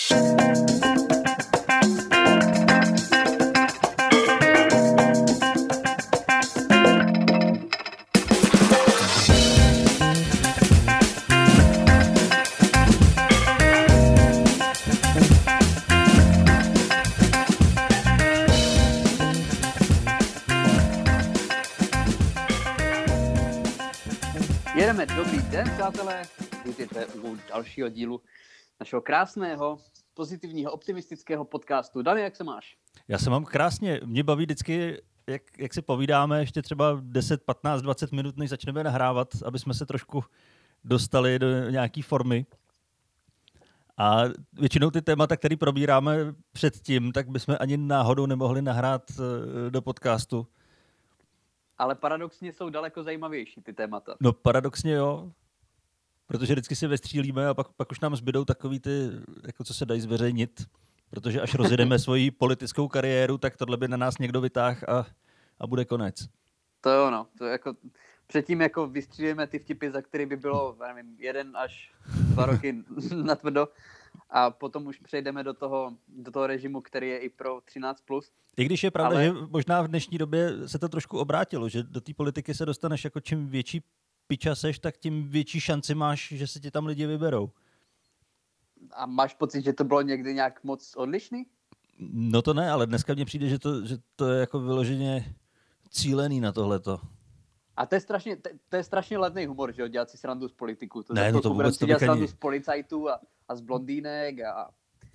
Jedeme, dobrý den, přátelé. Vítejte u dalšího dílu našeho krásného, pozitivního, optimistického podcastu. Dani, jak se máš? Já se mám krásně. Mě baví vždycky, jak si povídáme, ještě třeba 10, 15, 20 minut, než začneme nahrávat, aby jsme se trošku dostali do nějaké formy. A většinou ty témata, které probíráme předtím, tak bychom ani náhodou nemohli nahrát do podcastu. Ale paradoxně jsou daleko zajímavější ty témata. No paradoxně jo, protože vždycky si vystřílíme a pak už nám zbydou takový ty, jako co se dají zveřejnit, protože až rozjedeme svoji politickou kariéru, tak tohle by na nás někdo vytáhl a bude konec. To je ono. To jako, předtím jako vystřílíme ty vtipy, za který by bylo, nevím, 1 až 2 roky natvrdo a potom už přejdeme do toho režimu, který je i pro 13+. I když je pravda, že možná v dnešní době se to trošku obrátilo, že do té politiky se dostaneš jako čím větší piča seš, tak tím větší šanci máš, že se ti tam lidi vyberou. A máš pocit, že to bylo někdy nějak moc odlišný? No to ne, ale dneska mně přijde, že to je jako vyloženě cílený na tohleto. A to je strašně levný humor, že jo, dělat si srandu z politiků. Ne, no to vůbec to dělat srandu z policajtů a z blondýnek a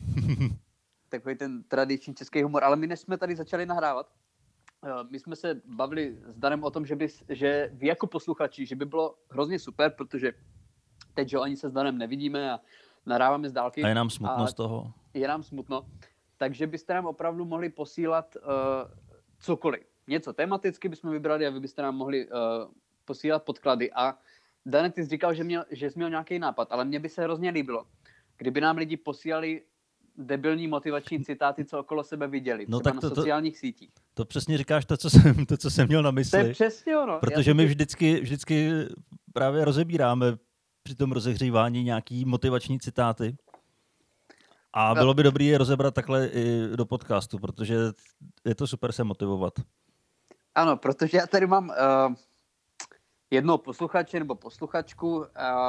takový ten tradiční český humor. Ale my než jsme tady začali nahrávat, my jsme se bavili s Danem o tom, že vy jako posluchači, že by bylo hrozně super, protože teď, že ani se s Danem nevidíme a nahráváme z dálky. A je nám smutno z toho. Je nám smutno. Takže byste nám opravdu mohli posílat cokoliv. Něco tematicky bychom vybrali a vy byste nám mohli posílat podklady. A Dane, ty jsi říkal, že jsi měl nějaký nápad, ale mně by se hrozně líbilo, kdyby nám lidi posílali debilní motivační citáty, co okolo sebe viděli, no třeba na sociálních sítích. To přesně říkáš to, co jsem měl na mysli. To je přesně ono. Protože my vždycky právě rozebíráme při tom rozehřívání nějaký motivační citáty. A bylo by dobré je rozebrat takhle i do podcastu, protože je to super se motivovat. Ano, protože já tady mám jednoho posluchače nebo posluchačku,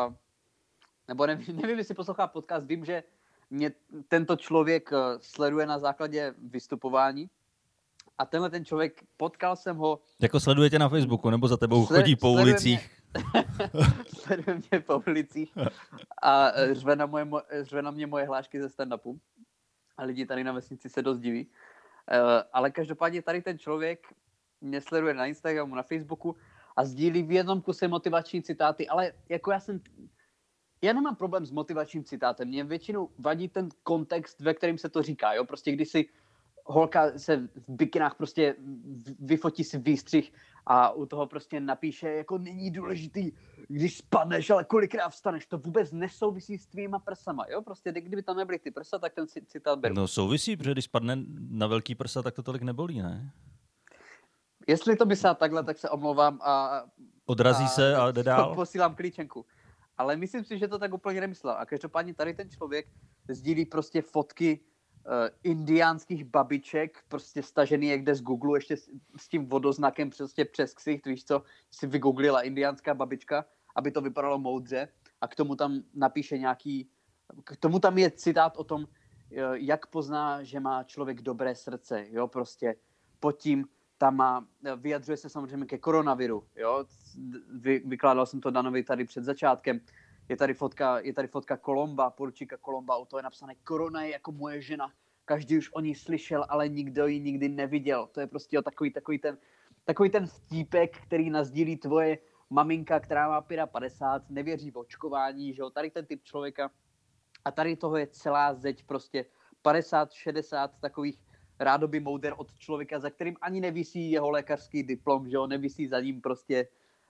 nebo nevím, jestli poslouchá podcast, vím, že mě tento člověk sleduje na základě vystupování a tenhle ten člověk, potkal jsem ho... Jako sleduje tě na Facebooku, nebo za tebou chodí po ulicích? Sleduje mě po ulicích a řve na mě moje hlášky ze stand-upu a lidi tady na vesnici se dost diví. Ale každopádně tady ten člověk mě sleduje na Instagramu, na Facebooku a sdílí v jednom kuse motivační citáty, ale jako já nemám problém s motivačním citátem. Mně většinou vadí ten kontext, ve kterém se to říká. Jo? Prostě když si holka se v bikinách prostě vyfotí si výstřih a u toho prostě napíše, jako není důležitý, když spadneš, ale kolikrát vstaneš. To vůbec nesouvisí s tvýma prsama. Jo? Prostě kdyby tam nebyly ty prsa, tak ten citát beru. No souvisí, protože když spadne na velký prsa, tak to tolik nebolí, ne? Jestli to myslel takhle, tak se omlouvám a odrazí se a jde dál. Posílám klíčenku. Ale myslím si, že to tak úplně nemyslel. A každopádně tady ten člověk sdílí prostě fotky indiánských babiček, prostě stažený někde z Google, ještě s tím vodoznakem prostě přes ksicht, víš co, si vygooglila indiánská babička, aby to vypadalo moudře a k tomu tam napíše k tomu tam je citát o tom, jak pozná, že má člověk dobré srdce, jo, prostě pod tím tam vyjadřuje se samozřejmě ke koronaviru, jo, vykládal jsem to Danovi tady před začátkem, je tady fotka Kolomba, poručíka Kolomba, u toho je napsané korona je jako moje žena, každý už o ní slyšel, ale nikdo ji nikdy neviděl, to je prostě takový ten vtípek, který nasdílí tvoje maminka, která má 55, nevěří v očkování, že jo, tady ten typ člověka a tady toho je celá zeď prostě 50, 60 takových rádoby mouder od člověka, za kterým ani nevisí jeho lékařský diplom, že jo, nevisí za ním prostě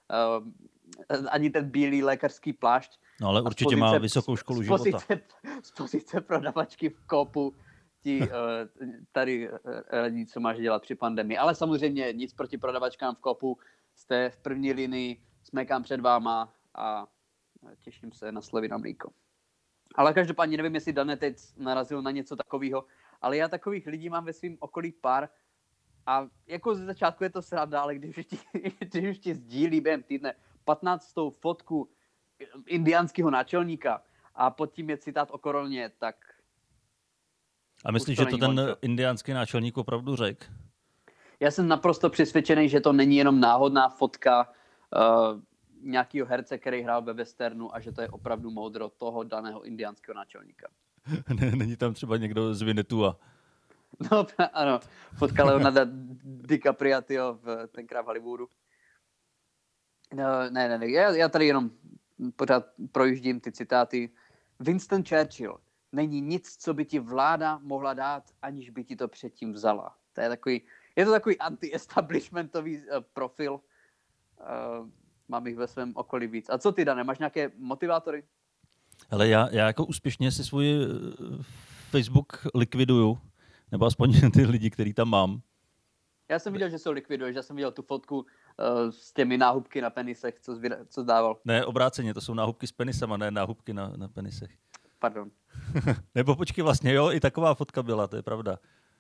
ani ten bílý lékařský plášť. No ale určitě má vysokou školu života. Z pozice prodavačky v Copu ti tady radí, co máš dělat při pandemii. Ale samozřejmě nic proti prodavačkám v Copu, jste v první linii, smekám před váma a těším se na slevy na mlíko. Ale každopádně nevím, jestli Dane teď narazil na něco takového, ale já takových lidí mám ve svém okolí pár a jako ze začátku je to sranda, ale když už ti sdílí během týdne 15. fotku indiánského náčelníka a pod tím je citát o koroně, tak A myslíš, to že to není ten vončo. indiánský náčelník opravdu řekl? Já jsem naprosto přesvědčený, že to není jenom náhodná fotka nějakého herce, který hrál ve westernu a že to je opravdu moudro toho daného indiánského náčelníka. Není tam třeba někdo z Winnetua? No ano, fotka Leonarda DiCapria, tenkrát v Hollywoodu. No, ne, já tady jenom pořád projíždím ty citáty. Winston Churchill. Není nic, co by ti vláda mohla dát, aniž by ti to předtím vzala. Je to takový anti-establishmentový profil. Mám jich ve svém okolí víc. A co ty, Dane, máš nějaké motivátory? Ale já jako úspěšně si svůj Facebook likviduju, nebo aspoň ty lidi, který tam mám. Já jsem viděl, že se ho likviduješ. Já jsem viděl tu fotku s těmi náhubky na penisech, co zdával. Ne, obráceně, to jsou náhubky s penisama, ne náhubky na penisech. Pardon. Nebo počkej, vlastně jo, i taková fotka byla, to je pravda.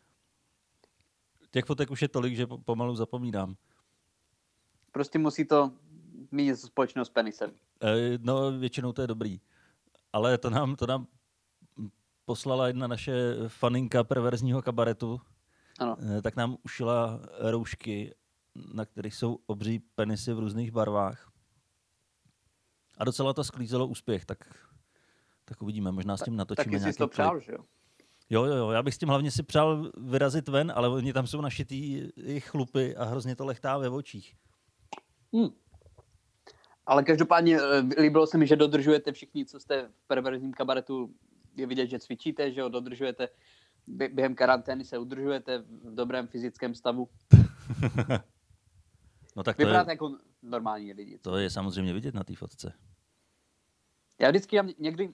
Těch fotek už je tolik, že pomalu zapomínám. Prostě musí to mít něco společného s penisem. No, většinou to je dobrý. Ale to nám poslala jedna naše faninka perverzního kabaretu. Ano. Tak nám ušila roušky, na kterých jsou obří penisy v různých barvách. A docela to sklízelo úspěch, tak uvidíme, možná s tím natočíme nějaký nějaký to přál, že jo? Jo, já bych s tím hlavně si přál vyrazit ven, ale oni tam jsou našitý jejich chlupy a hrozně to lechtá ve očích. Ale každopádně líbilo se mi, že dodržujete všichni, co jste v perverzním kabaretu, je vidět, že cvičíte, že jo, dodržujete, během karantény se udržujete v dobrém fyzickém stavu. No tak vypadáte jako normální lidi. To je samozřejmě vidět na té fotce. Já vždycky někdy...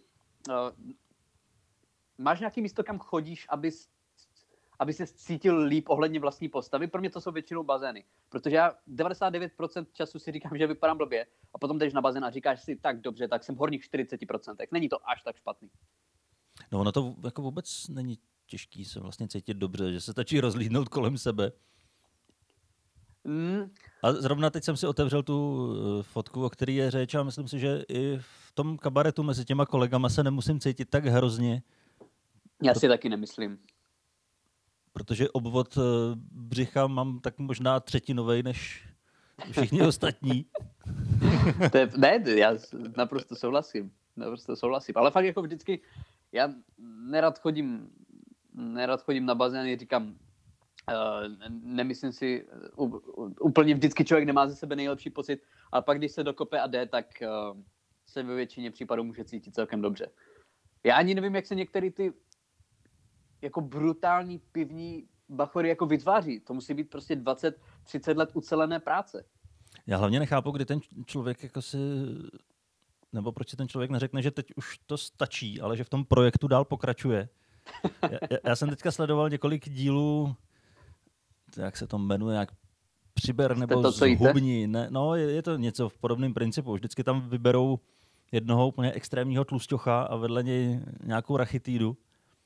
máš nějaký místo, kam chodíš, aby se cítil líp ohledně vlastní postavy? Pro mě to jsou většinou bazény. Protože já 99% času si říkám, že vypadám blbě a potom jdeš na bazén a říkáš si tak dobře, tak jsem v horních 40%. Není to až tak špatný. No ono to jako vůbec není těžký se vlastně cítit dobře, že se stačí rozlídnout kolem sebe. A zrovna teď jsem si otevřel tu fotku, o který je řeč a myslím si, že i v tom kabaretu mezi těma kolegama se nemusím cítit tak hrozně. Já si taky nemyslím. Protože obvod břicha mám tak možná třetinovej než všichni ostatní. Ne, já naprosto souhlasím. Ale fakt jako vždycky, já nerad chodím na bazény, říkám, nemyslím si, úplně vždycky člověk nemá ze sebe nejlepší pocit, ale pak když se dokope a jde, tak se ve většině případů může cítit celkem dobře. Já ani nevím, jak se některé ty jako brutální pivní bachory jako vytváří. To musí být prostě 20-30 let ucelené práce. Já hlavně nechápu, kdy ten člověk jako si... Nebo proč si ten člověk neřekne, že teď už to stačí, ale že v tom projektu dál pokračuje. Já jsem teďka sledoval několik dílů, jak se to jmenuje, jak Přiber nebo Zhubni. Ne, no, je to něco v podobném principu. Vždycky tam vyberou jednoho úplně extrémního tlusťocha a vedle něj nějakou rachitídu.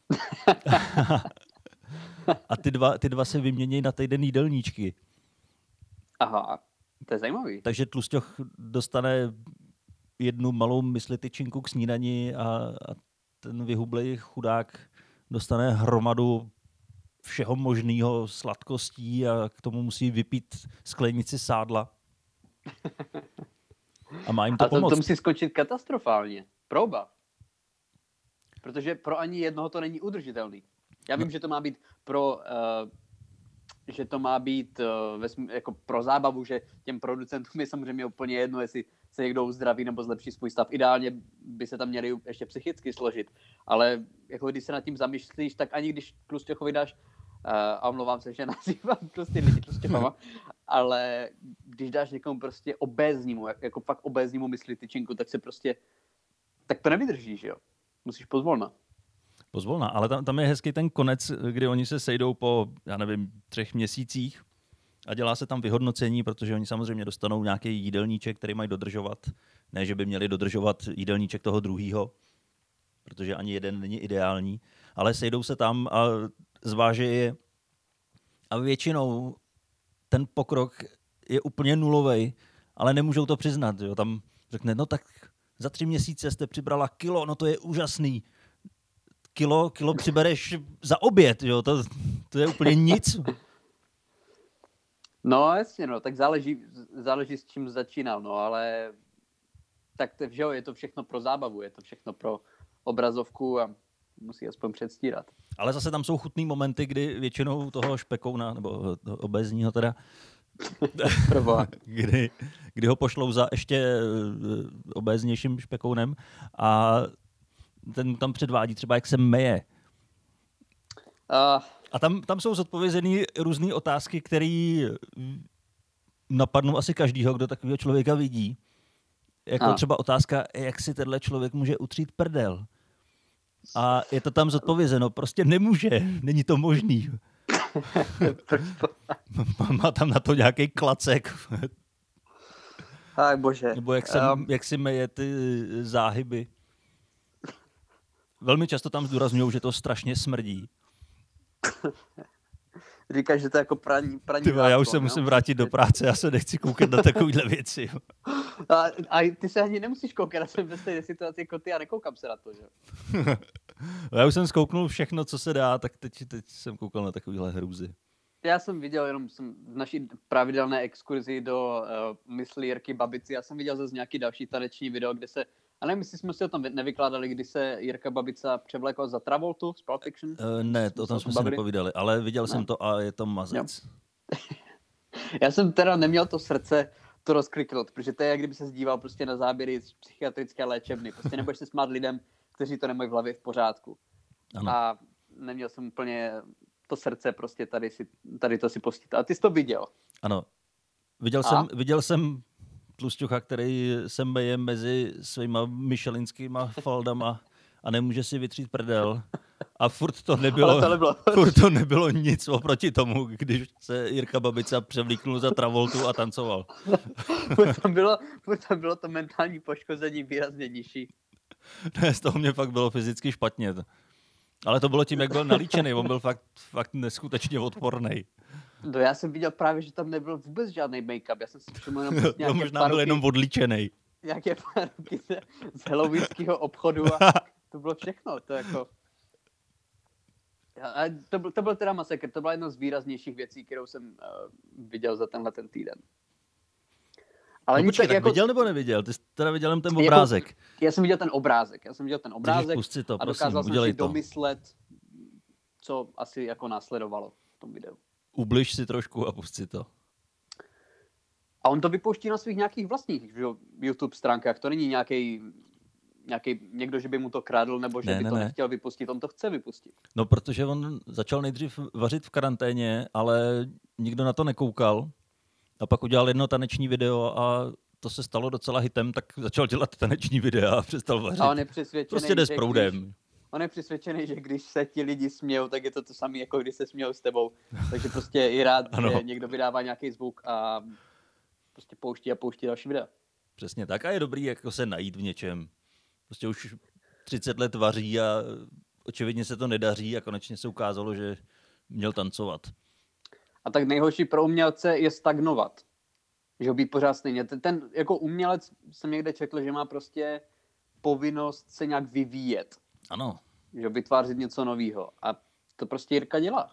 A ty dva se vyměnějí na týden jídelníčky. Aha, to je zajímavý. Takže tlusťoch dostane jednu malou myslityčinku k snídani a ten vyhublej chudák dostane hromadu všeho možného sladkostí a k tomu musí vypít sklenici sádla. A má jim to pomoct. To musí skončit katastrofálně. Pro oba. Protože pro ani jednoho to není udržitelný. Já vím, že to má být jako pro zábavu, že těm producentům je samozřejmě úplně jedno, jestli se někdo uzdraví nebo zlepší svůj stav. Ideálně by se tam měli ještě psychicky složit. Ale jako když se nad tím zamýšlíš, tak ani když tlusťochovi dáš, a omlouvám se, že nazývám prostě lidi tlusťochama, ale když dáš někomu prostě obéznímu, jako fakt obéznímu myslityčinku, tak to nevydržíš, jo. Musíš pozvolna. Pozvolna, ale tam je hezký ten konec, kdy oni se sejdou po, 3 měsících a dělá se tam vyhodnocení, protože oni samozřejmě dostanou nějaký jídelníček, který mají dodržovat. Ne, že by měli dodržovat jídelníček toho druhýho. protože ani jeden není ideální, ale sejdou se tam a zvážejí je. A většinou ten pokrok je úplně nulovej, ale nemůžou to přiznat. Jo. Tam řekne, no tak za 3 měsíce jste přibrala kilo, no to je úžasný. Kilo přibereš za oběd, jo. To je úplně nic. No jasně, no, tak záleží s čím začínal, no, ale tak to, že jo, je to všechno pro zábavu, je to všechno pro obrazovku a musí aspoň předstírat. Ale zase tam jsou chutný momenty, kdy většinou toho špekouna, nebo toho obézního teda, kdy ho pošlou za ještě obéznějším špekounem a ten tam předvádí třeba, jak se meje. A tam jsou zodpovězený různé otázky, které napadnou asi každýho, kdo takového člověka vidí. Jako třeba otázka, jak si tenhle člověk může utřít prdel. A je to tam zodpovězeno. Prostě nemůže. Není to možný. Má tam na to nějaký klacek. Aj bože. Nebo jak si meje ty záhyby. Velmi často tam zdůrazňují, že to strašně smrdí. Říkáš, že to je jako praní já už se musím vrátit do práce, já se nechci koukat na takovýhle věci. A ty se ani nemusíš koukat, já jsem ve stejné situaci jako ty a nekoukám se na to, že? Já už jsem zkouknul všechno, co se dá, tak teď jsem koukal na takovýhle hrůzy. Já jsem viděl, jenom v naší pravidelné exkurzi do mysli Jirky Babici, já jsem viděl zase nějaký další taneční video, kde se, a nevím, jestli jsme si o tom nevykládali, kdy se Jirka Babica převlékla za Travoltu z Pulp Fiction. Ne, o tom jsme si nepovídali, ale viděl jsem to a je to mazec. Já jsem teda neměl to srdce to rozkliknout, protože to je, jak kdyby se zdíval prostě na záběry z psychiatrické léčebny. Prostě nebudeš se smát lidem, kteří to nemají v hlavě v pořádku. Ano. A neměl jsem úplně to srdce prostě tady to si pustit. A ty jsi to viděl. Ano. Viděl jsem tlusťucha, který se meje mezi svýma michelinskýma faldama a nemůže si vytřít prdel. A furt to nebylo nic oproti tomu, když se Jirka Babica převlíknul za Travoltu a tancoval. furt tam bylo to mentální poškození výrazně nižší. Ne, z toho mě fakt bylo fyzicky špatně. Ale to bylo tím, jak byl nalíčený. On byl fakt neskutečně odporný. No já jsem viděl právě, že tam nebyl vůbec žádný make-up. Já jsem si všiml jenom prostě nějaké možná byl jenom odlíčený. Nějaké paruky z halloweenského obchodu a to bylo všechno. To jako... A to byl teda masakr. To byla jedna z výraznějších věcí, kterou jsem viděl za ten týden. Ale počkej, tak jako... viděl nebo neviděl? Ty jsi teda viděl jen ten obrázek. Jako, já jsem viděl ten obrázek. Pusti to, a dokázal jsem si domyslet, co asi jako následovalo v tom videu. Ubliž si trošku a pusti to. A on to vypouští na svých nějakých vlastních YouTube stránkách. To není nějaký někdo, že by mu to kradl, nebo že by to nechtěl vypustit. On to chce vypustit. No, protože on začal nejdřív vařit v karanténě, ale nikdo na to nekoukal. A pak udělal jedno taneční video a to se stalo docela hitem, tak začal dělat taneční videa a přestal vařit. A on je přesvědčený, prostě jde s proudem. On je přesvědčený, že když se ti lidi smějou, tak je to samé, jako když se smějou s tebou. Takže prostě je rád, že někdo vydává nějaký zvuk a prostě pouští další videa. Přesně tak a je dobrý jako se najít v něčem. Prostě už 30 let vaří a očividně se to nedaří a konečně se ukázalo, že měl tancovat. A tak nejhorší pro umělce je stagnovat. Že být pořád stejně. Ten jako umělec jsem někde četl, že má prostě povinnost se nějak vyvíjet. Ano. Že vytvářet něco nového. A to prostě Jirka dělá.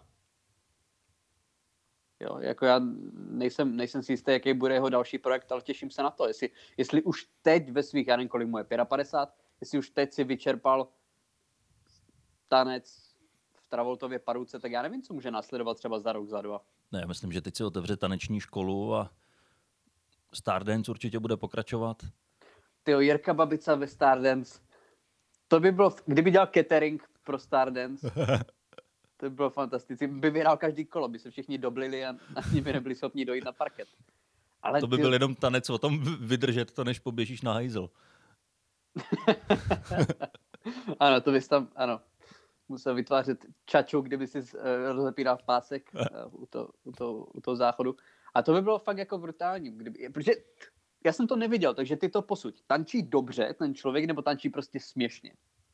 Jo, jako já nejsem si jistý, jaký bude jeho další projekt, ale těším se na to. Jestli už teď ve svých, já nevím, kolik mu je, 55, jestli už teď si vyčerpal tanec v Travoltově paruce, tak já nevím, co může následovat třeba za rok, za 2. Ne, myslím, že teď si otevře taneční školu a Stardance určitě bude pokračovat. Tyjo, Jirka Babica ve Stardance. To by bylo, kdyby dělal catering pro Stardance, to by bylo fantastické. By vyhrál každý kolo, by se všichni doblili a ani by nebyli schopni dojít na parket. Ale to by byl jenom tanec o tom vydržet to, než poběžíš na hajzl. Ano, to bys tam, ano. Musel vytvářet čaču, kdyby si rozepínal v pásek u toho záchodu. A to by bylo fakt jako brutální. Protože já jsem to neviděl, takže ty to posuď. Tančí dobře ten člověk, nebo tančí prostě směšně?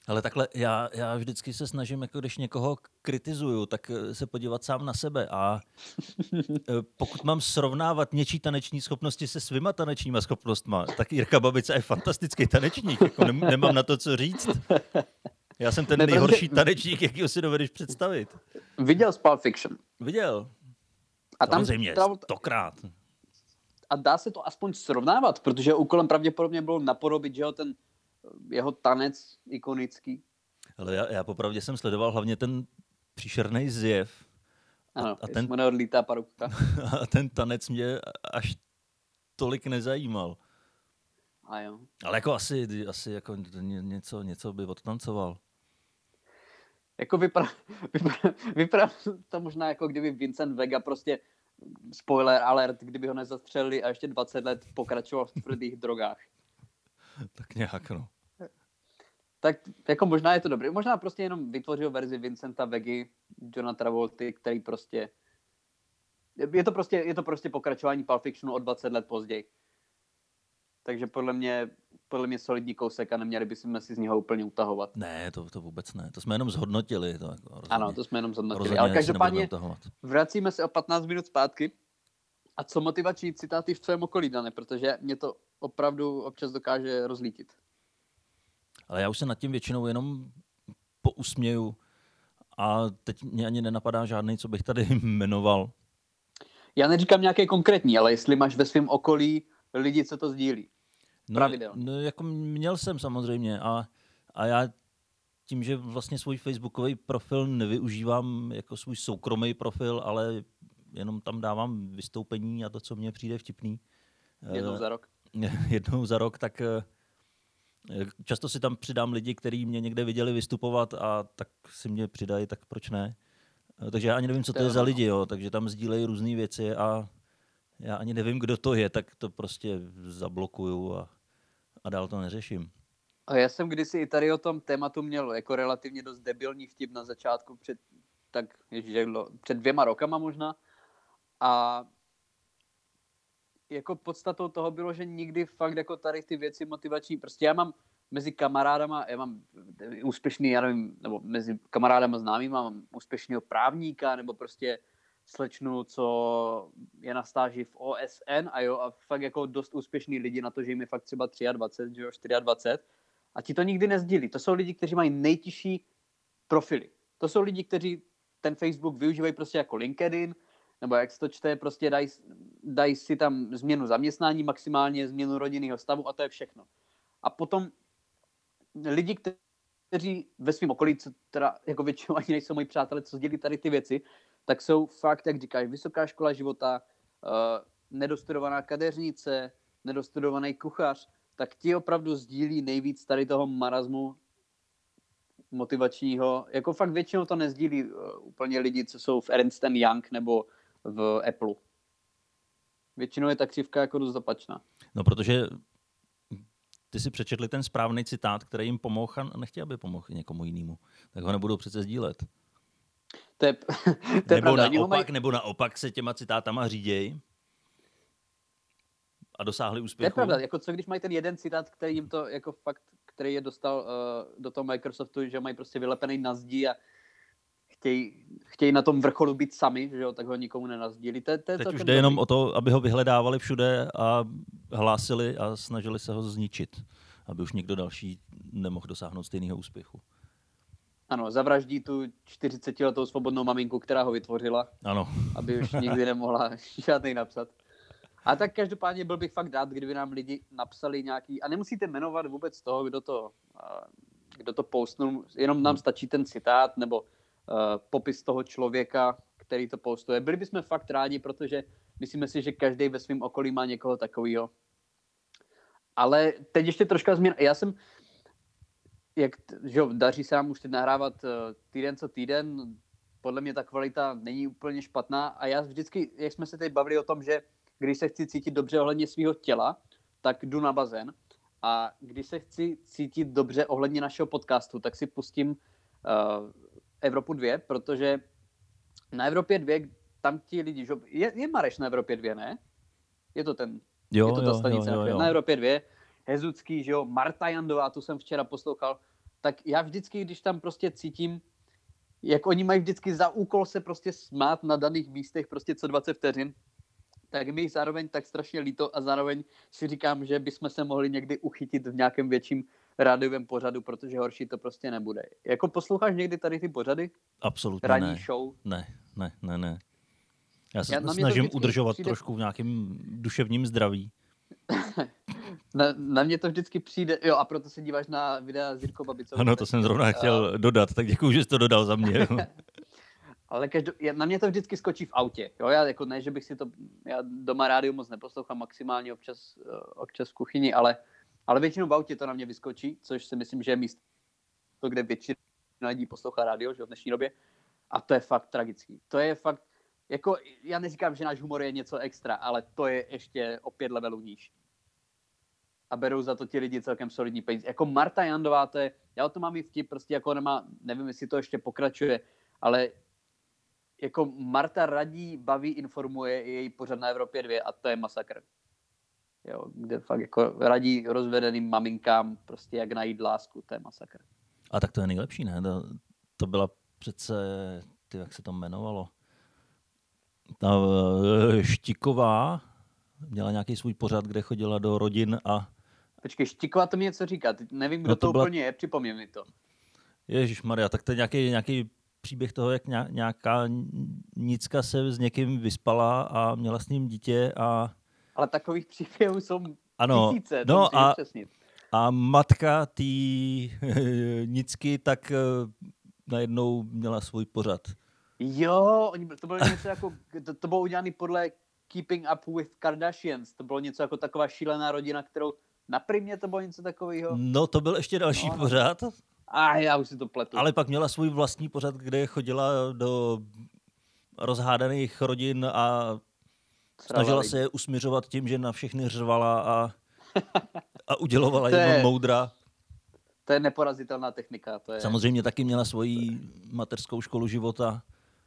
Ale takhle já vždycky se snažím, jako když někoho kritizuju, tak se podívat sám na sebe a pokud mám srovnávat něčí taneční schopnosti se svýma tanečníma schopnostma, tak Jirka Babica je fantastický tanečník, jako nemám na to co říct. Já jsem ten nejhorší tanečník, jakýho si dovedeš představit. Viděl z Pulp Fiction. Viděl. A tam samozřejmě, 100krát. A dá se to aspoň srovnávat, protože úkolem pravděpodobně bylo napodobit, že ten jeho tanec ikonický. Ale já popravdě jsem sledoval hlavně ten příšerný zjev. Ano, a ten neodlítá parubka. A ten tanec mě až tolik nezajímal. A jo. Ale jako asi jako něco by odtancoval. Jako vypadá to možná jako kdyby Vincent Vega prostě, spoiler alert, kdyby ho nezastřelili a ještě 20 let pokračoval v tvrdých drogách. Tak nějak, no. Tak jako možná je to dobré. Možná prostě jenom vytvořil verzi Vincenta Vegy, Johna Travolty, který prostě... Je to prostě pokračování Pulp Fictionu o 20 let později. Takže podle mě solidní kousek a neměli bychom si z něho úplně utahovat. Ne, to vůbec ne. To jsme jenom zhodnotili. To jako ano, to jsme jenom zhodnotili. Ale každopádně vracíme se o 15 minut zpátky. A co motivační citáty v tvém okolí, Dane? Protože mě to opravdu občas dokáže rozlítit. Ale já už se nad tím většinou jenom pousměju a teď mě ani nenapadá žádný, co bych tady jmenoval. Já neříkám nějaké konkrétní, ale jestli máš ve svém okolí lidi, co to sdílí. Pravidelně. No, jako měl jsem samozřejmě a já tím, že vlastně svůj facebookový profil nevyužívám jako svůj soukromý profil, ale jenom tam dávám vystoupení a to, co mně přijde vtipný. Jednou za rok, tak často si tam přidám lidi, kteří mě někde viděli vystupovat a tak si mě přidají, tak proč ne? Takže já ani nevím, co to je za lidi, jo, takže tam sdílejí různé věci a já ani nevím, kdo to je, tak to prostě zablokuju a dál to neřeším. A já jsem kdysi i tady o tom tématu měl jako relativně dost debilní vtip na začátku před 2 rokama možná. A jako podstatou toho bylo, že nikdy fakt jako tady ty věci motivační, prostě já mám mezi kamarádama, já mám úspěšný, já nevím, nebo mezi kamarádama známýma mám úspěšného právníka, nebo prostě slečnu, co je na stáži v OSN a fakt jako dost úspěšný lidi na to, že jim je fakt třeba 23, že jo, 24 a ti to nikdy nezdílí. To jsou lidi, kteří mají nejtižší profily. To jsou lidi, kteří ten Facebook využívají prostě jako LinkedIn, nebo jak se to čte, prostě dají si tam změnu zaměstnání, maximálně změnu rodinného stavu a to je všechno. A potom lidi, kteří ve svém okolí, co teda jako většinou ani nejsou moji přátelé, co sdělí tady ty věci, tak jsou fakt, jak říkáš, vysoká škola života, nedostudovaná kadeřnice, nedostudovaný kuchař, tak ti opravdu sdílí nejvíc tady toho marazmu motivačního. Jako fakt většinou to nezdílí úplně lidi, co jsou v Ernst & Young nebo v Apple. Většinou je ta křivka jako dost opačná. No, protože ty si přečetli ten správný citát, který jim pomohl a nechtějí, aby pomohl někomu jinému. Tak ho nebudou přece sdílet. To je pravda. Nebo naopak se těma citátama řídějí a dosáhli úspěchu. To je pravda. Jako co když mají ten jeden citát, který jim to jako fakt, který je dostal do toho Microsoftu, že mají prostě vylepený na zdi a chtějí na tom vrcholu být sami, že jo, tak ho nikomu nenazdílí. Teď už jde jenom o to, aby ho vyhledávali všude a hlásili a snažili se ho zničit, aby už někdo další nemohl dosáhnout stejného úspěchu. Ano, zavraždí tu 40letou svobodnou maminku, která ho vytvořila, ano. Aby už nikdy nemohla žádnej napsat. A tak každopádně byl bych fakt rád, kdyby nám lidi napsali nějaký, a nemusíte jmenovat vůbec toho, kdo to postnul, jenom nám stačí ten citát nebo popis toho člověka, který to postuje. Byli bychom fakt rádi, protože myslíme si, že každý ve svém okolí má někoho takového. Ale teď ještě troška změn. Já jsem, daří se nám už teď nahrávat týden co týden, podle mě ta kvalita není úplně špatná a já vždycky, jak jsme se teď bavili o tom, že když se chci cítit dobře ohledně svého těla, tak jdu na bazén a když se chci cítit dobře ohledně našeho podcastu, tak si pustím Evropu 2, protože na Evropě 2 tam ti lidi, že je Mareš na Evropě 2, ne? Je to ta stanice. Jo. Na Evropě 2, Hezucký, že jo, Marta Jandová, tu jsem včera poslouchal, tak já vždycky, když tam prostě cítím, jak oni mají vždycky za úkol se prostě smát na daných místech prostě co 20 vteřin, tak mi zároveň tak strašně líto a zároveň si říkám, že bychom se mohli někdy uchytit v nějakém větším rádiovém pořadu, protože horší to prostě nebude. Jako posloucháš někdy tady ty pořady? Absolutně Ranní ne. show? Ne. Já se Na mě to snažím vždycky udržovat přijde- trošku v nějakém duševním zdraví. Na mě to vždycky přijde, jo, a proto se díváš na videa s Jirkou Babicovou. Ano, to jsem zrovna chtěl dodat, tak děkuju, že jsi to dodal za mě. Ale na mě to vždycky skočí v autě. Jo? Já jako ne, že bych si to... Já doma rádiu moc neposlouchám, maximálně občas v kuchyni, ale většinou v autě to na mě vyskočí, což si myslím, že je místo, kde většina lidí poslouchá rádio, že v dnešní době. A to je fakt tragický. To je fakt... Jako, já neříkám, že náš humor je něco extra, ale to je ještě o 5 levelů níž. A berou za to ti lidi celkem solidní peníze. Jako Marta Jandová, to je... Já o tom mám i vtip, prostě jako nemá... Nevím, jestli to ještě pokračuje, ale jako Marta radí, baví, informuje, je její pořad na Evropě 2 a to je masakr. Jo, kde fakt jako radí rozvedeným maminkám prostě jak najít lásku, to je masakr. A tak to je nejlepší, ne? To byla přece, jak se to jmenovalo, ta Štiková měla nějaký svůj pořad, kde chodila do rodin a... Počkej, Štiková to mi něco říká, teď nevím, kdo No to byla... úplně je, připomněj mi to. Ježišmarja, tak to je nějaký příběh toho, jak nějaká nicka se s někým vyspala a měla s ním dítě a... Ale takových příběhů jsou tisíce, no to musíš upřesnit. A matka té nicky tak najednou měla svůj pořad. Jo, to bylo něco jako, to bylo udělané podle Keeping Up with Kardashians, to bylo něco jako taková šílená rodina, kterou na Primě to bylo něco takového. No to byl ještě další pořad. A já už si to pletu. Ale pak měla svůj vlastní pořad, kde chodila do rozhádaných rodin a snažila se je usměřovat tím, že na všechny řvala a udělovala jim moudra. To je neporazitelná technika. To je... Samozřejmě taky měla svoji mateřskou školu života.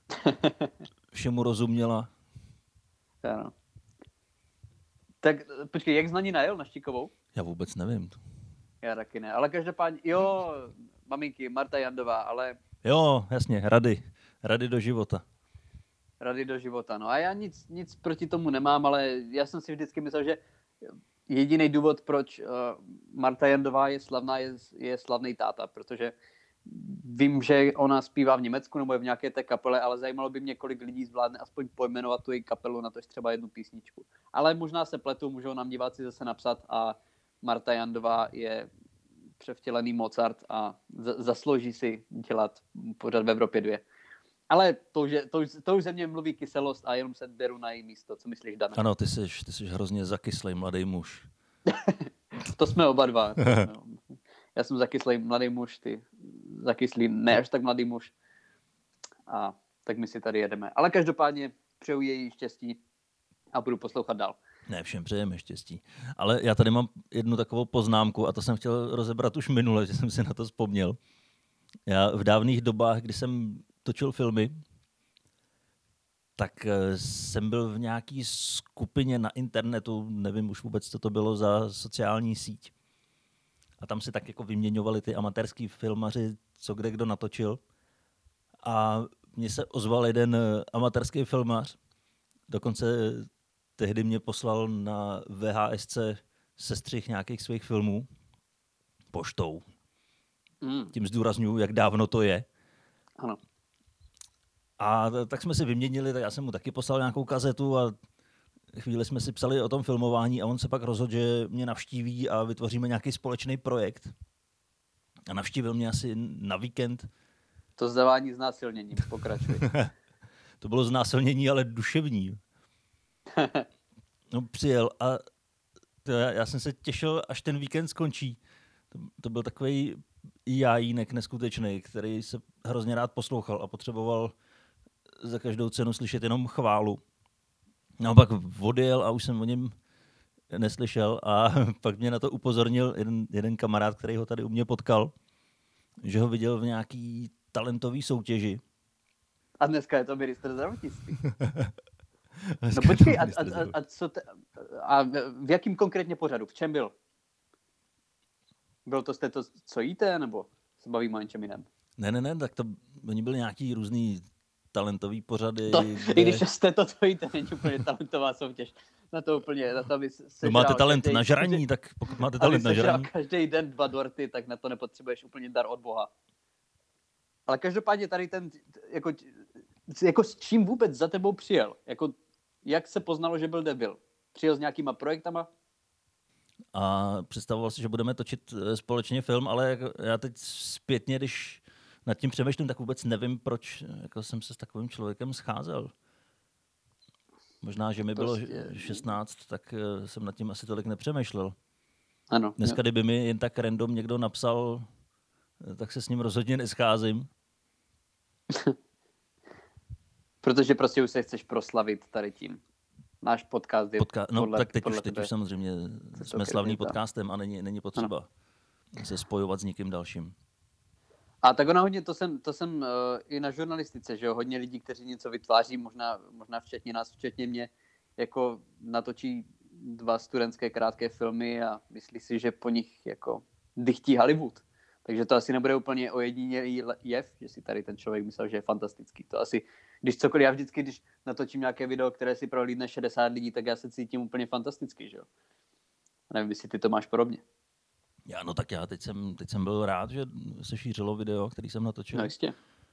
Všemu rozuměla. Ano. Tak počkej, jak jsi na ní najel, na Štikovou? Já vůbec nevím. Já taky ne, ale každopádně, jo, maminky, Marta Jandová, ale... Jo, jasně, rady do života. Rady do života, no a já nic proti tomu nemám, ale já jsem si vždycky myslel, že jediný důvod, proč Marta Jandová je slavná, je slavný táta, protože vím, že ona zpívá v Německu nebo je v nějaké té kapele, ale zajímalo by mě, kolik lidí zvládne aspoň pojmenovat tu její kapelu, na to třeba jednu písničku. Ale možná se pletu, můžou nám diváci zase napsat a Marta Jandová je převtělený Mozart a zaslouží si dělat pořad v Evropě 2. Ale to už ze mě mluví kyselost a jenom se beru na její místo. Co myslíš, Dane? Ano, ty jsi hrozně zakyslej mladý muž. To jsme oba dva. Já jsem zakyslej mladý muž, ty zakyslý ne až tak mladý muž. A tak my si tady jedeme. Ale každopádně přeju její štěstí a budu poslouchat dál. Ne, všem přejeme štěstí. Ale já tady mám jednu takovou poznámku a to jsem chtěl rozebrat už minule, že jsem si na to vzpomněl. Já v dávných dobách, kdy jsem točil filmy, tak jsem byl v nějaký skupině na internetu, nevím už vůbec, co to bylo za sociální síť. A tam si tak jako vyměňovali ty amatérský filmaři, co kde kdo natočil. A mně se ozval jeden amatérský filmař, dokonce tehdy mě poslal na VHSC sestřih nějakých svých filmů poštou. Tím zdůrazňuji, jak dávno to je. Ano. A tak jsme si vyměnili, tak já jsem mu taky poslal nějakou kazetu a chvíli jsme si psali o tom filmování a on se pak rozhodl, že mě navštíví a vytvoříme nějaký společný projekt. A navštívil mě asi na víkend. To zdávání znásilnění, pokračuj. To bylo znásilnění, ale duševní. No přijel a já jsem se těšil, až ten víkend skončí. To byl takový jájínek neskutečný, který se hrozně rád poslouchal a potřeboval za každou cenu slyšet jenom chválu. No pak odjel a už jsem o něm neslyšel a pak mě na to upozornil jeden kamarád, který ho tady u mě potkal, že ho viděl v nějaký talentový soutěži. A dneska je to ministr zdravotnictví. No počkej, a v jakým konkrétně pořadu? V čem byl? Byl to jste to, co jíte, nebo se bavíme o něčem jiném. Ne, tak to oni byli nějaký různý talentový pořady. To, i když jste to není úplně talentová soutěž. Na to aby máte talent na žraní, tak pokud máte talent na žraní. Každý den 2 dorty, tak na to nepotřebuješ úplně dar od Boha. Ale každopádně tady ten, jako s čím vůbec za tebou přijel? Jako, jak se poznalo, že byl debil? Přijel s nějakýma projektama? A představoval si, že budeme točit společně film, ale já teď zpětně, když nad tím přemýšlím, tak vůbec nevím, proč jako jsem se s takovým člověkem scházel. Možná, že mi bylo 16, tak jsem nad tím asi tolik nepřemýšlel. Ano. Dneska, kdyby mi jen tak random někdo napsal, tak se s ním rozhodně nescházím. Protože prostě už se chceš proslavit tady tím. Náš podcast je tak teď už samozřejmě jsme slavný podcastem a není potřeba se spojovat s někým dalším. A tak ona hodně, to jsem i na žurnalistice, že jo, hodně lidí, kteří něco vytváří, možná včetně nás, včetně mě, jako natočí 2 studentské krátké filmy a myslí si, že po nich jako dychtí Hollywood. Takže to asi nebude úplně ojedinělý jev, že si tady ten člověk myslel, že je fantastický. To asi, když cokoliv, já vždycky, když natočím nějaké video, které si prohlídne 60 lidí, tak já se cítím úplně fantasticky, že jo. Nevím, jestli ty to máš podobně. Tak já teď jsem byl rád, že se šířilo video, který jsem natočil. No jistě.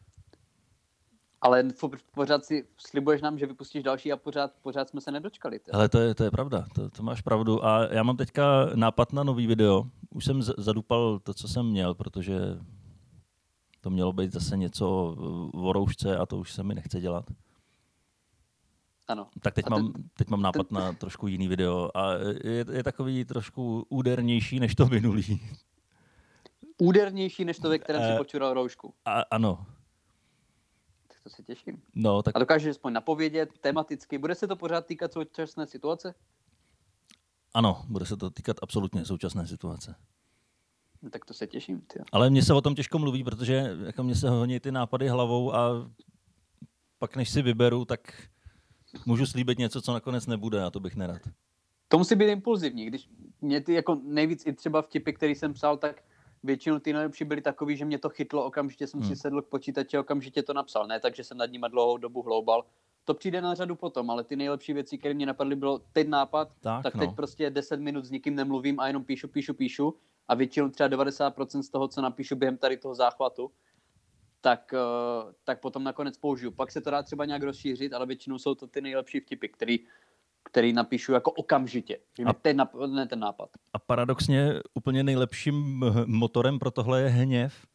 Ale pořád si slibuješ nám, že vypustíš další a pořád jsme se nedočkali. Ale to je pravda, to máš pravdu. A já mám teďka nápad na nový video. Už jsem zadupal to, co jsem měl, protože to mělo být zase něco o roušce a to už se mi nechce dělat. Ano. Tak teď mám nápad na trošku jiný video a je takový trošku údernější než to minulý. Údernější než to, ve kterém si počural roušku. Ano. Tak to se těším. No, tak... A dokážeš aspoň napovědět tematicky. Bude se to pořád týkat současné situace? Ano, bude se to týkat absolutně současné situace. No, tak to se těším. Tyjo. Ale mně se o tom těžko mluví, protože jako mně se honí ty nápady hlavou a pak než si vyberu, tak můžu slíbit něco, co nakonec nebude a to bych nerad. To musí být impulzivní. Když mě ty jako nejvíc i třeba vtipy, který jsem psal, tak většinou ty nejlepší byly takový, že mě to chytlo, okamžitě jsem si sedl k počítači, okamžitě to napsal. Ne, takže jsem nad nimi dlouhou dobu hloubal. To přijde na řadu potom, ale ty nejlepší věci, které mě napadly, bylo teď nápad, tak teď prostě 10 minut s nikým nemluvím a jenom píšu a většinou třeba 90% z toho, co napíšu během tady toho záchvatu, tak potom nakonec použiju. Pak se to dá třeba nějak rozšířit, ale většinou jsou to ty nejlepší vtipy, který napíšu jako okamžitě. Ten nápad. A paradoxně úplně nejlepším motorem pro tohle je hněv.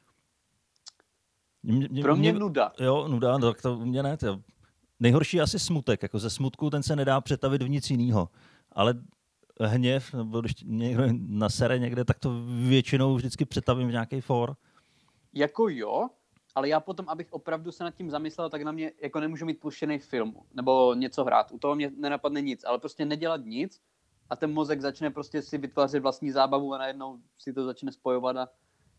Pro mě nuda. Jo, nuda, no, tak to mě ne. Nejhorší je asi smutek. Jako ze smutku ten se nedá přetavit v nic jiného. Ale hněv, nebo když někdo nasere někde, tak to většinou vždycky přetavím v nějaký for. Jako jo, ale já potom, abych opravdu se nad tím zamyslel, tak na mě jako nemůžu mít puštěný film nebo něco hrát. U toho mě nenapadne nic, ale prostě nedělat nic a ten mozek začne prostě si vytvářet vlastní zábavu a najednou si to začne spojovat a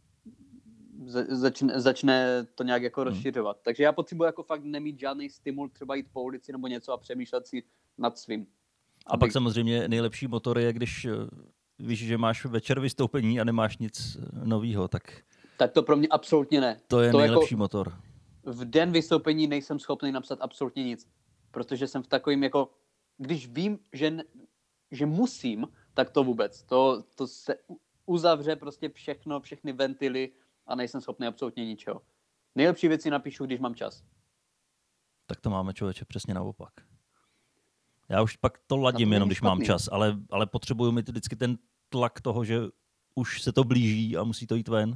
začne to nějak jako rozšiřovat. Takže já potřebuji jako fakt nemít žádný stimul, třeba jít po ulici nebo něco a přemýšlet si nad svým. A pak samozřejmě nejlepší motor je, když víš, že máš večer vystoupení a nemáš nic novýho, tak to pro mě absolutně ne. To je nejlepší motor. V den vystoupení nejsem schopný napsat absolutně nic, protože jsem v takovým jako, když vím, že musím, tak to vůbec. To se uzavře prostě všechny ventily a nejsem schopný absolutně ničeho. Nejlepší věci napíšu, když mám čas. Tak to máme, člověče, přesně naopak. Já už pak to ladím jenom, když mám čas, ale potřebuju mít vždycky ten tlak toho, že už se to blíží a musí to jít ven.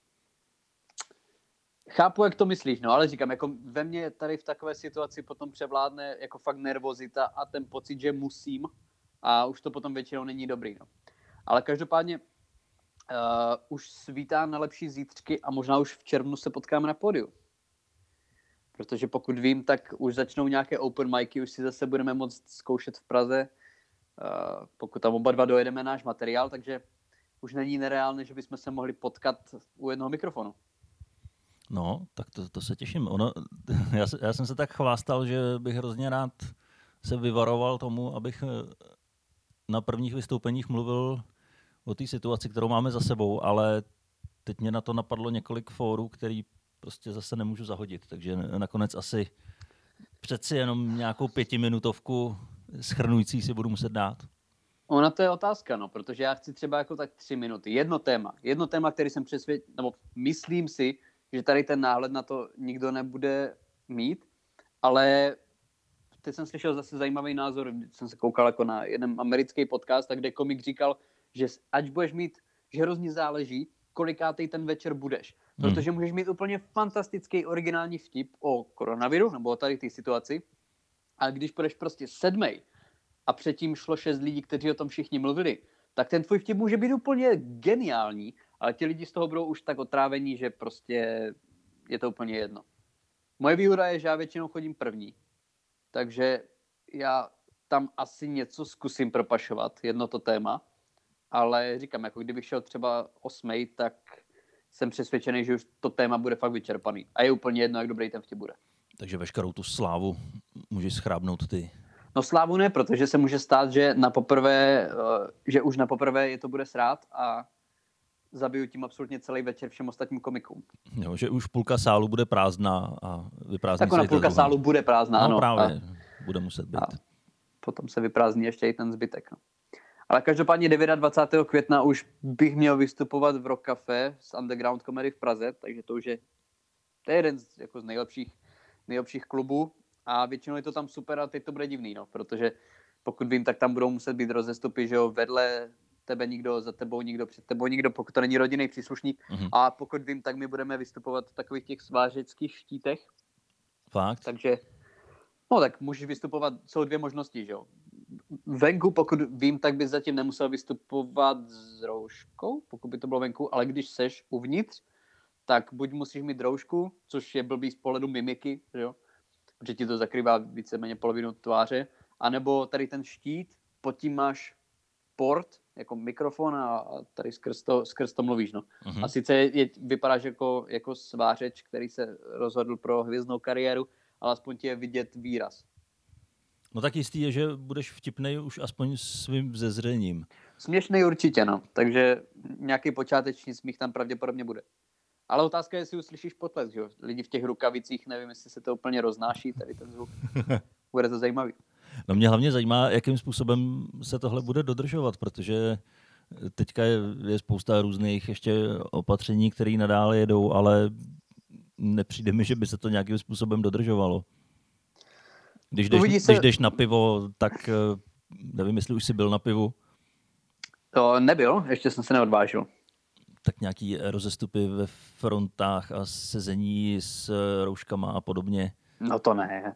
Chápu, jak to myslíš, no, ale říkám, jako ve mně tady v takové situaci potom převládne jako fakt nervozita a ten pocit, že musím a už to potom většinou není dobrý, no. Ale každopádně už svítá na lepší zítřky a možná už v červnu se potkáme na pódiu. Protože pokud vím, tak už začnou nějaké open micy, už si zase budeme moct zkoušet v Praze, pokud tam oba dva dojedeme náš materiál, takže už není nereálné, že bychom se mohli potkat u jednoho mikrofonu. No, tak to se těším. Já jsem se tak chvástal, že bych hrozně rád se vyvaroval tomu, abych na prvních vystoupeních mluvil o té situaci, kterou máme za sebou, ale teď mě na to napadlo několik fórů, který prostě zase nemůžu zahodit, takže nakonec asi přeci jenom nějakou 5minutovku shrnující si budu muset dát. Ona to je otázka, no, protože já chci třeba jako tak 3 minuty. Jedno téma, který jsem přesvědčen, nebo myslím si, že tady ten náhled na to nikdo nebude mít, ale teď jsem slyšel zase zajímavý názor, jsem se koukal jako na jeden americký podcast, kde komik říkal, že ať budeš mít, že hrozně záleží, kolikátej ten večer budeš. Protože můžeš mít úplně fantastický originální vtip o koronaviru, nebo o tady té situaci, a když budeš prostě 7. a předtím šlo 6 lidí, kteří o tom všichni mluvili, tak ten tvůj vtip může být úplně geniální, ale ti lidi z toho budou už tak otrávení, že prostě je to úplně jedno. Moje výhoda je, že já většinou chodím první, takže já tam asi něco zkusím propašovat, jedno to téma, ale říkám, jako kdybych šel třeba 8, tak jsem přesvědčený, že už to téma bude fakt vyčerpaný. A je úplně jedno, jak dobrý ten vtip bude. Takže veškerou tu slávu můžeš schrábnout ty. No slávu ne, protože se může stát, že už na poprvé je to bude srát a zabiju tím absolutně celý večer všem ostatním komikům. Jo, že už půlka sálu bude prázdná a vyprázdní tak ona půlka sálu bude prázdná, no, ano. právě, bude muset být. A potom se vyprázdní ještě i ten zbytek. No. Ale každopádně 29. května už bych měl vystupovat v Rock Café z Underground Comedy v Praze, takže to je jeden z nejlepších klubů a většinou je to tam super a teď to bude divný, no, protože pokud vím, tak tam budou muset být rozestupy, že jo, vedle tebe nikdo, za tebou nikdo, před tebou nikdo, pokud to není rodinný příslušník. A pokud vím, tak my budeme vystupovat v takových těch svářeckých štítech. Fakt? Takže, no tak můžeš vystupovat, jsou 2 možnosti, že jo. Venku, pokud vím, tak bys zatím nemusel vystupovat s rouškou, pokud by to bylo venku, ale když seš uvnitř, tak buď musíš mít roušku, což je blbý z pohledu mimiky, že jo, protože ti to zakrývá víceméně polovinu tváře, anebo tady ten štít, pod tím máš port, jako mikrofon a tady skrz to mluvíš, no. A sice vypadáš jako svářeč, který se rozhodl pro hvězdnou kariéru, ale aspoň ti je vidět výraz. No tak jistý je, že budeš vtipnej už aspoň svým zezřením. Směšnej určitě, no. Takže nějaký počáteční smích tam pravděpodobně bude. Ale otázka je, jestli uslyšíš potlesk, že jo. Lidi v těch rukavicích, nevím, jestli se to úplně roznáší, tady ten zvuk. Bude to zajímavý. No mě hlavně zajímá, jakým způsobem se tohle bude dodržovat, protože teďka je spousta různých ještě opatření, které nadále jedou, ale nepřijde mi, že by se to nějakým způsobem dodržovalo. Když jdeš na pivo, tak nevím, jestli už jsi byl na pivu. To nebyl, ještě jsem se neodvážil. Tak nějaký rozestupy ve frontách a sezení s rouškama a podobně. No to ne.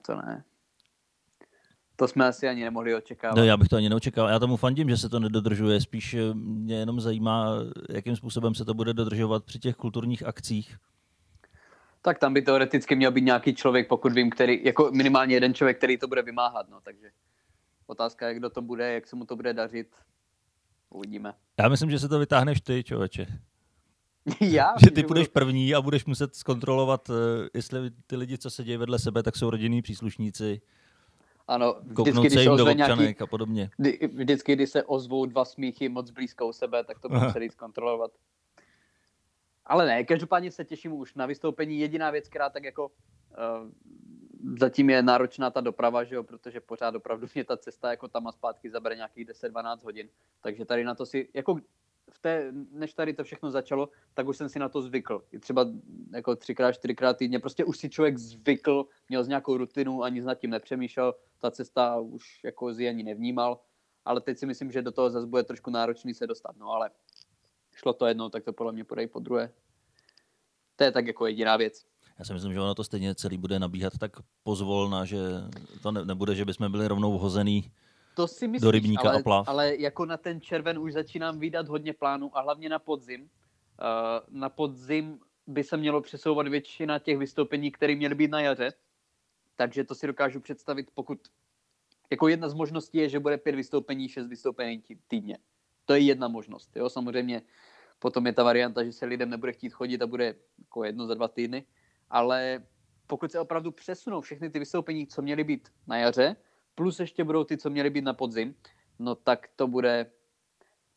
To jsme asi ani nemohli očekávat. No, já bych to ani neočekal. Já tomu fandím, že se to nedodržuje. Spíš mě jenom zajímá, jakým způsobem se to bude dodržovat při těch kulturních akcích. Tak tam by teoreticky měl být nějaký člověk, pokud vím, jako minimálně jeden člověk, který to bude vymáhat. No. Takže otázka je, kdo to bude, jak se mu to bude dařit. Uvidíme. Já myslím, že se to vytáhneš ty, člověče. Že ty budeš první a budeš muset zkontrolovat, jestli ty lidi, co se dějí vedle sebe, tak jsou rodinní příslušníci. Ano, kouknout se jim do občanek a podobně. Vždycky, když se ozvou 2 smíchy moc blízko u sebe, tak to budu celý zkontrolovat. Ale ne, každopádně se těším už na vystoupení. Jediná věc, která tak jako zatím je náročná ta doprava, že jo, protože pořád opravdu mě ta cesta jako tam a zpátky zabere nějakých 10-12 hodin. Takže tady na to si, jako než tady to všechno začalo, tak už jsem si na to zvykl. I třeba jako 3x, 4x týdně, prostě už si člověk zvykl, měl z nějakou rutinu, ani nad tím nepřemýšlel, ta cesta už jako z ani nevnímal, ale teď si myslím, že do toho zase bude trošku náročný se dostat, no ale šlo to jednou, tak to podle mě půjde i po druhé. To je tak jako jediná věc. Já si myslím, že ono to stejně celý bude nabíhat tak pozvolna, že to nebude, že bychom byli rovnou hozený to si myslíš, do rybníka a plav. Ale jako na ten červen už začínám vydat hodně plánů a hlavně na podzim. Na podzim by se mělo přesouvat většina těch vystoupení, které měly být na jaře. Takže to si dokážu představit, pokud jako jedna z možností je, že bude 5 vystoupení, 6 vystoupení týdně. To je jedna možnost. Jo? Samozřejmě potom je ta varianta, že se lidem nebude chtít chodit a bude jako 1 za 2 týdny. Ale pokud se opravdu přesunou všechny ty vystoupení, co měly být na jaře, plus ještě budou ty, co měly být na podzim, no tak to bude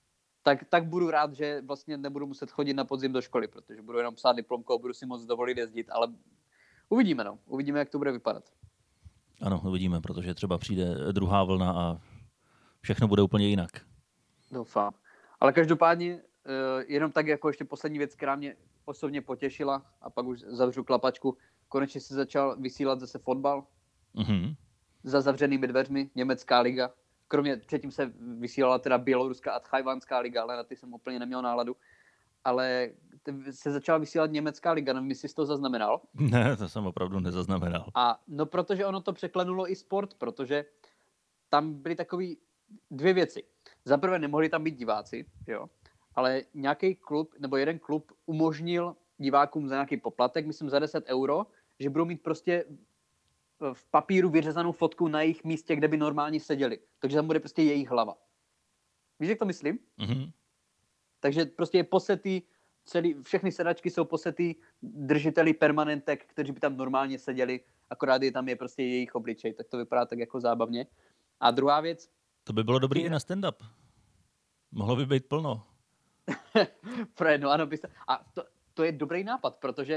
tak budu rád, že vlastně nebudu muset chodit na podzim do školy, protože budu jenom psát diplomku a budu si moc dovolit jezdit, ale uvidíme, no. Uvidíme, jak to bude vypadat. Ano, uvidíme, protože třeba přijde druhá vlna a všechno bude úplně jinak. Doufám. Ale každopádně, jenom tak jako ještě poslední věc, která mě osobně potěšila a pak už zavřu klapačku, konečně se začal vysílat zase fotbal za zavřenými dveřmi, německá liga. Kromě předtím se vysílala teda běloruská a tchajvanská liga, ale na ty jsem úplně neměl náladu. Ale se začala vysílat německá liga, nevím, jestli jsi to zaznamenal. Ne, to jsem opravdu nezaznamenal. A no, protože ono to překlenulo i sport, protože tam byly takový dvě věci. Za prvé nemohli tam být diváci, jo, ale nějaký klub, nebo jeden klub umožnil divákům za nějaký poplatek, myslím za 10 €, že budou mít prostě v papíru vyřezanou fotku na jejich místě, kde by normálně seděli. Takže tam bude prostě jejich hlava. Víš, jak to myslím? Mm-hmm. Takže prostě je posetý, všechny sedačky jsou posetý držiteli permanentek, kteří by tam normálně seděli, akorát je tam prostě jejich obličej, tak to vypadá tak jako zábavně. A druhá věc. To by bylo dobrý i na stand-up. Mohlo by být plno. No, ano, a to je dobrý nápad,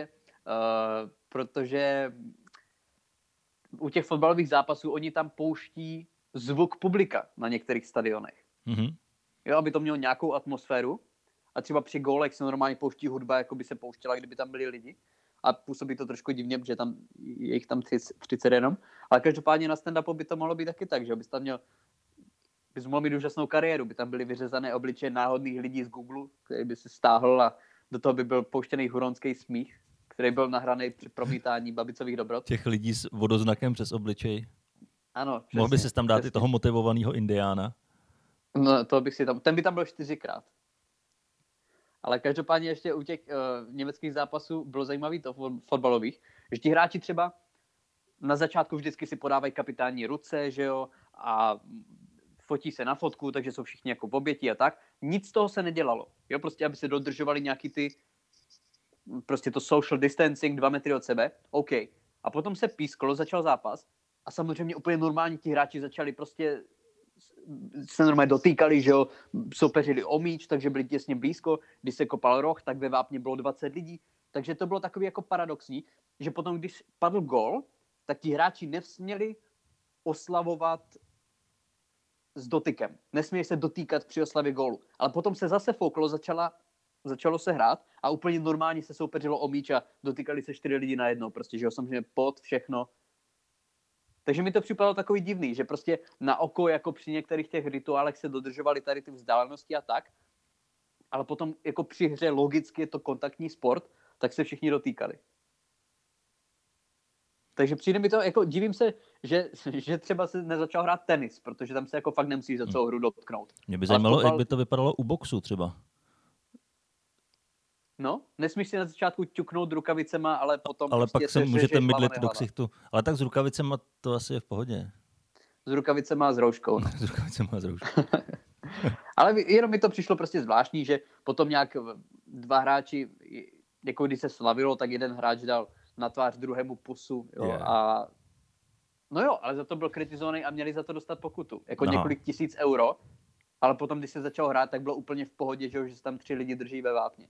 protože u těch fotbalových zápasů oni tam pouští zvuk publika na některých stadionech. Mm-hmm. Jo, aby to mělo nějakou atmosféru. A třeba při gólech se normálně pouští hudba, jako by se pouštěla, kdyby tam byli lidi. A působí to trošku divně, protože je jich tam 30 jenom. Ale každopádně na stand-upu by to mohlo být taky tak, že bys tam bys mohl mít úžasnou kariéru. By tam byly vyřezané obličeje náhodných lidí z Google, který by se stáhl a do toho by byl pouštěný huronský smích, který byl nahraný při promítání babicových dobrot. Těch lidí s vodoznakem přes obličej. Ano, přesně. Mohl by se tam dát i toho motivovaného indiána. No, to bych si tam... Ten by tam byl 4krát. Ale každopádně ještě u těch německých zápasů bylo zajímavý to fotbalových, že ti hráči třeba na začátku vždycky si podávají kapitánní ruce, že jo, a fotí se na fotku, takže jsou všichni jako v oběti a tak. Nic z toho se nedělalo. Jo, prostě aby se dodržovali nějaký prostě to social distancing 2 metry od sebe. OK. A potom se písklo, začal zápas a samozřejmě úplně normální ti hráči začali prostě se normálně dotýkali, že jo, soupeřili o míč, takže byli těsně blízko. Když se kopal roh, tak ve vápně bylo 20 lidí. Takže to bylo takový jako paradoxní, že potom, když padl gól, tak ti hráči nesměli oslavovat s dotykem. Nesměli se dotýkat při oslavě gólu. Ale potom se zase fouklo, začalo se hrát a úplně normálně se soupeřilo o míč a dotýkali se 4 lidi najednou. Prostě, že jo, samozřejmě pot, všechno. Takže mi to připadalo takový divný, že prostě na oko, jako při některých těch rituálech se dodržovaly tady ty vzdálenosti a tak, ale potom jako při hře logicky je to kontaktní sport, tak se všichni dotýkali. Takže přijde mi to, jako divím se, že třeba se nezačal hrát tenis, protože tam se jako fakt nemusíš za celou hru dotknout. Mě by zajímalo, jak by to vypadalo u boxu třeba. No, nesmíš si na začátku ťuknout rukavicema, ale potom ale prostě pak se můžete řežeš mydlit hlava do nehlava. ksichtu. Ale tak s rukavicema to asi je v pohodě. S rukavicema a s rouškou. No. S rukavicema a s rouškou. Ale jenom mi to přišlo prostě zvláštní, že potom nějak 2 hráči, jako když se slavilo, tak jeden hráč dal na tvář druhému pusu. Jo, Yeah. a no jo, ale za to byl kritizovaný a měli za to dostat pokutu. Jako několik tisíc euro, ale potom, když se začal hrát, tak bylo úplně v pohodě, že se tam 3 lidi drží ve vápně.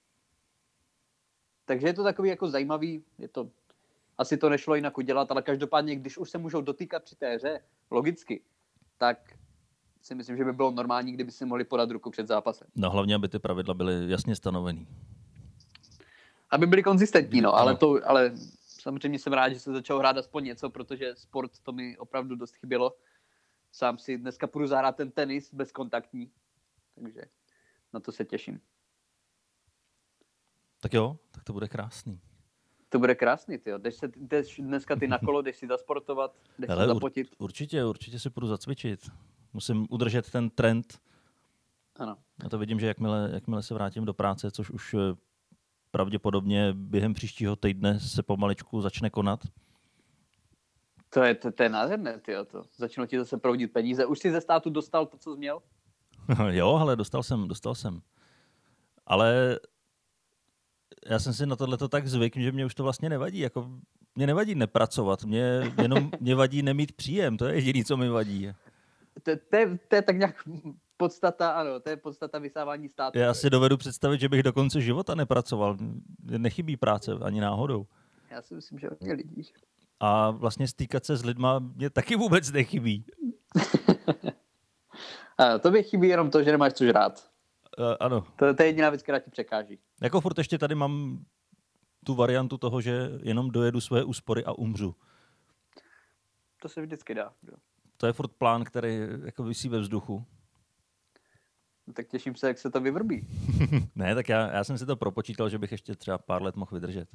Takže je to takový jako zajímavý, asi to nešlo jinak udělat, ale každopádně, když už se můžou dotýkat při té hře, logicky, tak si myslím, že by bylo normální, kdyby si mohli podat ruku před zápasem. No hlavně, aby ty pravidla byly jasně stanovený. Aby byli konzistentní, no, ale samozřejmě jsem rád, že se začal hrát aspoň něco, protože sport to mi opravdu dost chybělo. Sám si dneska půjdu zahrát ten tenis bezkontaktní, takže na to se těším. Tak jo, tak to bude krásný. To bude krásný, tyjo. Jdeš dneska ty na kolo, jdeš si zasportovat, jdeš si zapotit. Určitě si půjdu zacvičit. Musím udržet ten trend. Ano. Já to vidím, že jakmile se vrátím do práce, což už pravděpodobně během příštího týdne se pomaličku začne konat. To je nádherné, tyjo. Začnou ti zase proudit peníze. Už jsi ze státu dostal to, co jsi měl? Jo, ale dostal jsem. Ale já jsem si na tohleto tak zvykl, že mě už to vlastně nevadí. Jako, mě nevadí nepracovat, mě vadí nemít příjem. To je jediné, co mi vadí. To je tak nějak podstata, ano, to je podstata vysávání státu. Já si dovedu představit, že bych do konce života nepracoval. Nechybí práce ani náhodou. Já si myslím, že hodně lidí. A vlastně stýkat se s lidma mě taky vůbec nechybí. Ano, to by chybí jenom to, že nemáš co žrát. Ano. To je jediná věc, která ti překáží. Jako furt ještě tady mám tu variantu toho, že jenom dojedu své úspory a umřu. To se vždycky dá. Jo. To je furt plán, který jako visí ve vzduchu. No, tak těším se, jak se to vyvrbí. Ne, tak já jsem si to propočítal, že bych ještě třeba pár let mohl vydržet.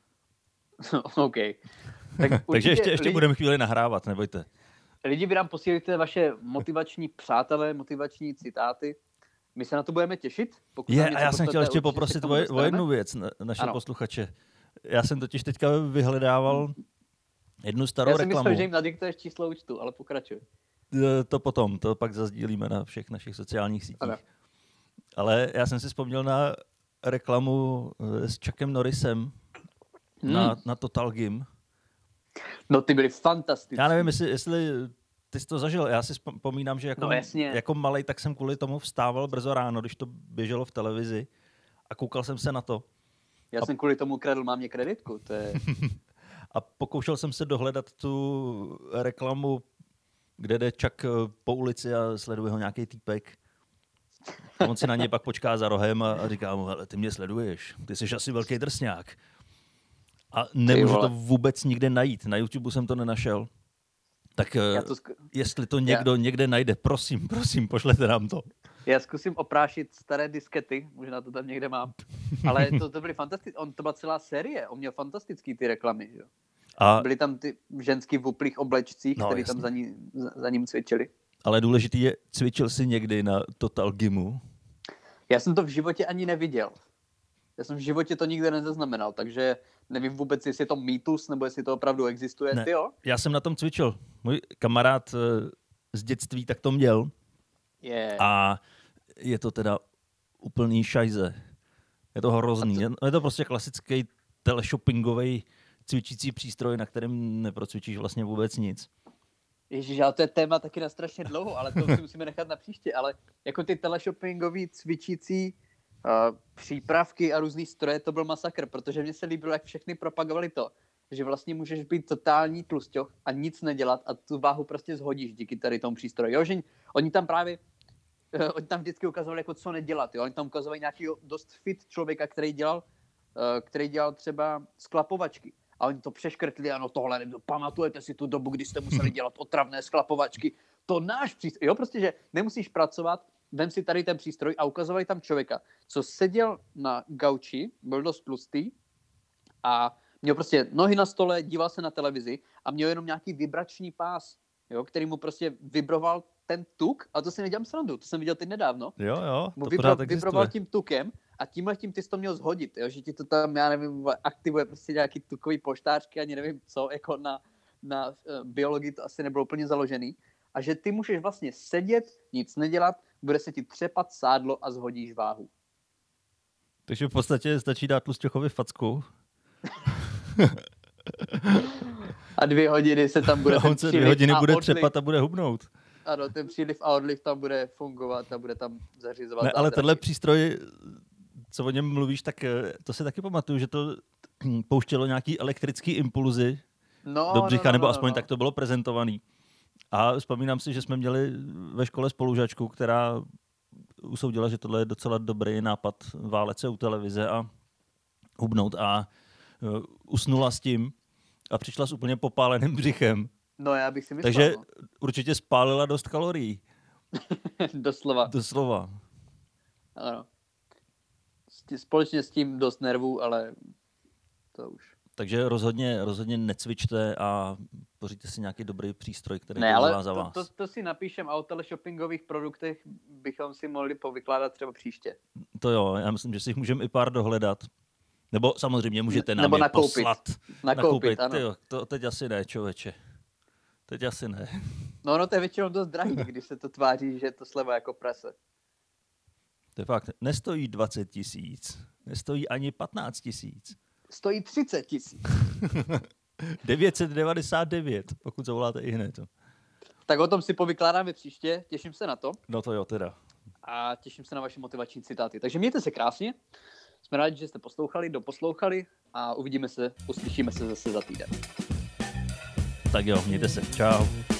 OK. Tak Takže ještě budeme chvíli nahrávat, nebojte. Lidi, vy nám posílíte vaše motivační přátelé, motivační citáty. My se na to budeme těšit. A já jsem chtěl ještě poprosit o jednu věc naše posluchače. Já jsem totiž teďka vyhledával jednu starou reklamu. Já jsem myslel, že jim nadiktuješ číslo účtu, ale pokračuj. To potom, to pak zazdílíme na všech našich sociálních sítích. Ano. Ale já jsem si vzpomněl na reklamu s Chuckem Norrisem na Total Gym. No ty byly fantastické. Já nevím, jestli ty jsi to zažil. Já si vzpomínám, že jako malej, tak jsem kvůli tomu vstával brzo ráno, když to běželo v televizi a koukal jsem se na to. Já jsem kvůli tomu ukradl mámě kreditku. To je... A pokoušel jsem se dohledat tu reklamu, kde jde Chuck po ulici a sleduje ho nějaký týpek. A on si na něj pak počká za rohem a říká mu, hele, ty mě sleduješ, ty jsi asi velký drsňák. A nemůžu to vůbec nikde najít. Na YouTube jsem to nenašel. Tak jestli to někdo někde najde, prosím, pošlete nám to. Já zkusím oprášit staré diskety, možná to tam někde mám. Ale to byly fantastické. To byla celá série. On měl fantastický ty reklamy. Jo. A byly tam ty ženský v uplých oblečcích, který tam za ním cvičili. Ale důležitý je, cvičil jsi někdy na Total Gymu? Já jsem to v životě ani neviděl. Já jsem v životě to nikdy nezaznamenal, takže nevím vůbec, jestli je to mýtus, nebo jestli to opravdu existuje. Ne, ty jo? Já jsem na tom cvičil. Můj kamarád z dětství tak to měl. A je to teda úplný šajze. Je to hrozný. Je to prostě klasický teleshoppingový cvičící přístroj, na kterém neprocvičíš vlastně vůbec nic. Ježíš, ale to je téma taky na strašně dlouho, ale to si musíme nechat na příště. Ale jako ty teleshoppingový cvičící přípravky a různý stroje, to byl masakr, protože mně se líbilo, jak všechny propagovali to, že vlastně můžeš být totální tlusťoch a nic nedělat a tu váhu prostě zhodíš díky tady tomu přístroji. Jo, že oni tam vždycky ukazovali, jako co nedělat. Jo? Oni tam ukazovali nějakého dost fit člověka, který dělal třeba sklapovačky. A oni to přeškrtli, ano, tohle, pamatujete si tu dobu, kdy jste museli dělat otravné sklapovačky. To náš přístroj. Jo, prostě, že nemusíš pracovat, vem si tady ten přístroj a ukazovali tam člověka, co seděl na gauči, byl dost tlustý a měl prostě nohy na stole, díval se na televizi a měl jenom nějaký vibrační pás, jo, který mu prostě vibroval ten tuk, a to si nedělám srandu, to jsem viděl teď nedávno. Jo, to vibroval tím tukem a tímhletím ty jsi to měl zhodit, jo, že ti to tam, já nevím, aktivuje prostě nějaký tukový poštářky, ani nevím co, jako na biologii to asi nebylo úplně založený. A že ty můžeš vlastně sedět, nic nedělat, bude se ti třepat sádlo a zhodíš váhu. Takže v podstatě stačí dát Tlusťochovi facku. A 2 hodiny se tam bude on se 2 hodiny bude třepat a bude hubnout. Ano, ten příliv a odliv tam bude fungovat a bude tam zařizovat. Ne, ale tenhle přístroj, co o něm mluvíš, tak to si taky pamatuju, že to pouštělo nějaký elektrický impulzy do břicha, nebo aspoň tak to bylo prezentovaný. A vzpomínám si, že jsme měli ve škole spolužačku, která usoudila, že tohle je docela dobrý nápad válet se u televize a hubnout a usnula s tím a přišla s úplně popáleným břichem. No já bych si myslel. Takže určitě spálila dost kalorií. Doslova. Ano. Společně s tím dost nervů, ale to už. Takže rozhodně necvičte a pořiďte si nějaký dobrý přístroj, který to dělá za vás. To si napíšem, a o teleshoppingových produktech bychom si mohli povykládat třeba příště. To jo, já myslím, že si jich můžeme i pár dohledat. Nebo samozřejmě můžete nám je poslat. Nakoupit, ano. Tyjo, to teď asi ne, člověče. Teď asi ne. No, to je většinou dost drahý, když se to tváří, že je to sleva jako prase. To je fakt. Nestojí 20 000. Nestojí ani 15 000. Stojí 30 000. 999, pokud zavoláte i hned. Tak o tom si povykládáme příště, těším se na to. No to jo, teda. a těším se na vaše motivační citáty. Takže mějte se krásně, jsme rádi, že jste doposlouchali a uslyšíme se zase za týden. Tak jo, mějte se. Čau.